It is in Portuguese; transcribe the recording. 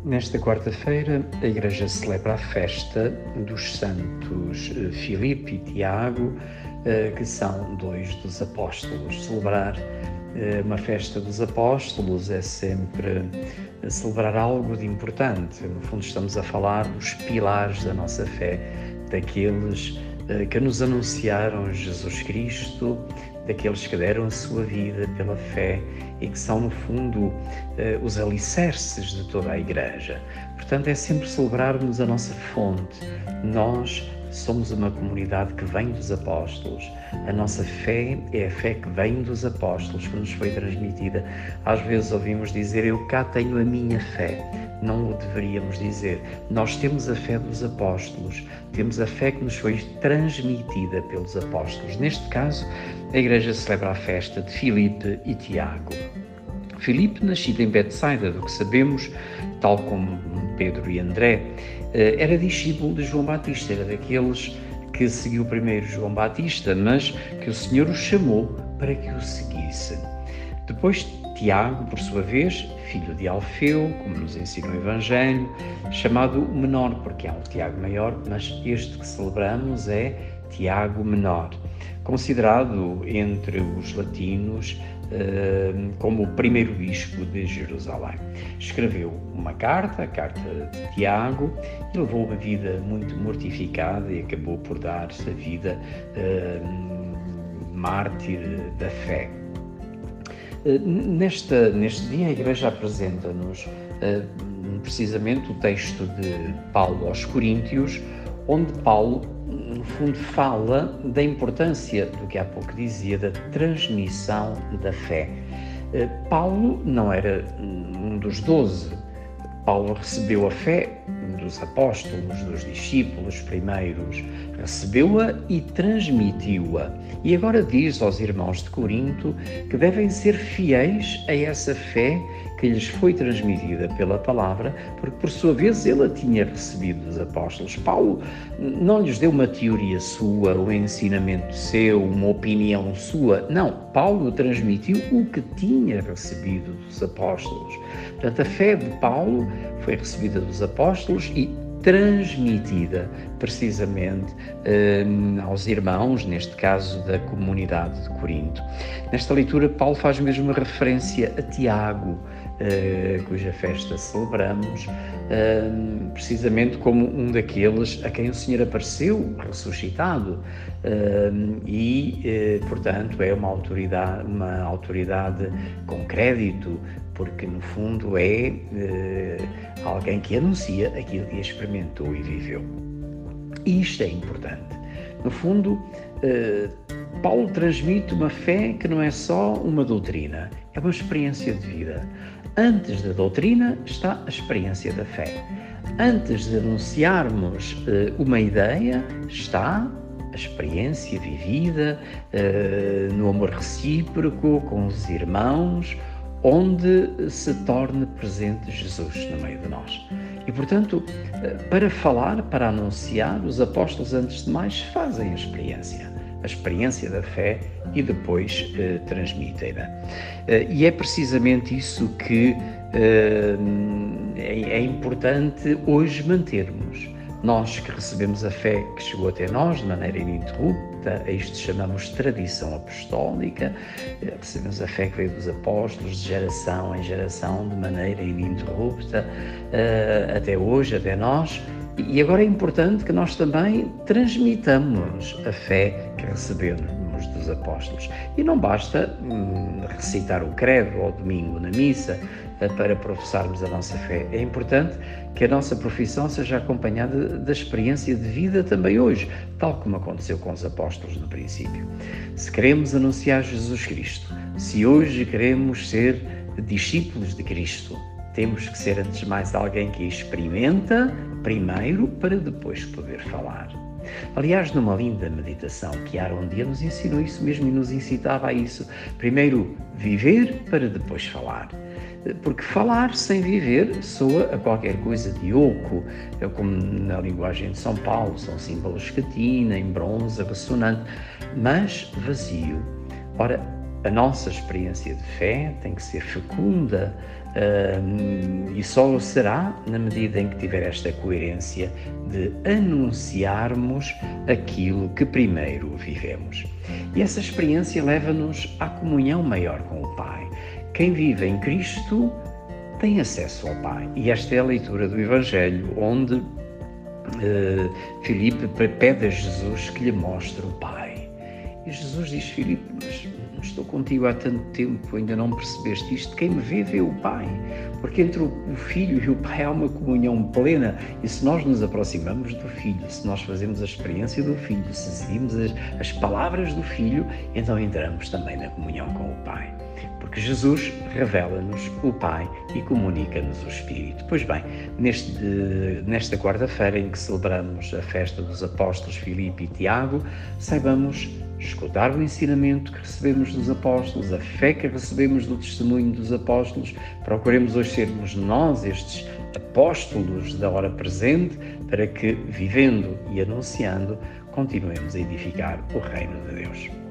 Nesta quarta-feira, a Igreja celebra a festa dos santos Filipe e Tiago, que são dois dos apóstolos. Celebrar uma festa dos apóstolos é sempre celebrar algo de importante. No fundo, estamos a falar dos pilares da nossa fé, daqueles que nos anunciaram Jesus Cristo, daqueles que deram a sua vida pela fé e que são, no fundo, os alicerces de toda a Igreja. Portanto, é sempre celebrarmos a nossa fonte. Nós somos uma comunidade que vem dos apóstolos. A nossa fé é a fé que vem dos apóstolos, que nos foi transmitida. Às vezes ouvimos dizer, eu cá tenho a minha fé. Não o deveríamos dizer. Nós temos a fé dos apóstolos, temos a fé que nos foi transmitida pelos apóstolos. Neste caso, a Igreja celebra a festa de Filipe e Tiago. Filipe, nascido em Betsaida, do que sabemos, tal como Pedro e André, era discípulo de João Batista, era daqueles que seguiu primeiro João Batista, mas que o Senhor o chamou para que o seguisse. Depois, Tiago, por sua vez, filho de Alfeu, como nos ensina o Evangelho, chamado menor, porque há um Tiago maior, mas este que celebramos é Tiago menor, considerado entre os latinos como o primeiro bispo de Jerusalém. Escreveu uma carta, a carta de Tiago, e levou uma vida muito mortificada e acabou por dar a vida mártir da fé. Neste dia a Igreja apresenta-nos precisamente o texto de Paulo aos Coríntios, onde Paulo, no fundo, fala da importância do que há pouco dizia, da transmissão da fé. Paulo não era um dos 12. Paulo recebeu a fé dos apóstolos, dos discípulos primeiros, recebeu-a e transmitiu-a. E agora diz aos irmãos de Corinto que devem ser fiéis a essa fé que lhes foi transmitida pela palavra, porque por sua vez ele a tinha recebido dos apóstolos. Paulo não lhes deu uma teoria sua, um ensinamento seu, uma opinião sua. Não, Paulo transmitiu o que tinha recebido dos apóstolos. Portanto, a fé de Paulo foi recebida dos apóstolos e transmitida precisamente aos irmãos, neste caso da comunidade de Corinto. Nesta leitura, Paulo faz mesmo uma referência a Tiago, cuja festa celebramos, precisamente como um daqueles a quem o Senhor apareceu ressuscitado, portanto, é uma autoridade com crédito, porque no fundo é alguém que anuncia aquilo que experimentou e viveu. E isto é importante. No fundo, Paulo transmite uma fé que não é só uma doutrina, é uma experiência de vida. Antes da doutrina está a experiência da fé. Antes de anunciarmos uma ideia, está a experiência vivida no amor recíproco com os irmãos, onde se torne presente Jesus no meio de nós. E, portanto, para falar, para anunciar, os apóstolos, antes de mais, fazem a experiência da fé e depois transmitem-na. E é precisamente isso que é importante hoje mantermos. Nós que recebemos a fé que chegou até nós de maneira ininterrupta, a isto chamamos tradição apostólica, recebemos a fé que veio dos apóstolos de geração em geração de maneira ininterrupta até hoje, até nós. E agora é importante que nós também transmitamos a fé que recebemos dos apóstolos. E não basta recitar o credo ao domingo na missa para professarmos a nossa fé. É importante que a nossa profissão seja acompanhada da experiência de vida também hoje, tal como aconteceu com os apóstolos no princípio. Se queremos anunciar Jesus Cristo, se hoje queremos ser discípulos de Cristo, temos que ser, antes de mais, alguém que experimenta primeiro para depois poder falar. Aliás, numa linda meditação que Ara um dia nos ensinou isso mesmo e nos incitava a isso. Primeiro viver para depois falar. Porque falar sem viver soa a qualquer coisa de oco, como na linguagem de São Paulo, são símbolos que tinam, em bronze, ressonante, mas vazio. Ora, A nossa experiência de fé tem que ser fecunda e só o será na medida em que tiver esta coerência de anunciarmos aquilo que primeiro vivemos. E essa experiência leva-nos à comunhão maior com o Pai. Quem vive em Cristo tem acesso ao Pai. E esta é a leitura do Evangelho, onde Filipe pede a Jesus que lhe mostre o Pai. E Jesus diz: Filipe, mas estou contigo há tanto tempo, ainda não percebeste isto? Quem me vê o Pai. Porque entre o Filho e o Pai há uma comunhão plena. E se nós nos aproximamos do Filho, se nós fazemos a experiência do Filho, se seguimos as palavras do Filho, então entramos também na comunhão com o Pai. Porque Jesus revela-nos o Pai e comunica-nos o Espírito. Pois bem, nesta quarta-feira em que celebramos a festa dos apóstolos Filipe e Tiago, saibamos escutar o ensinamento que recebemos dos apóstolos, a fé que recebemos do testemunho dos apóstolos. Procuremos hoje sermos nós estes apóstolos da hora presente, para que, vivendo e anunciando, continuemos a edificar o reino de Deus.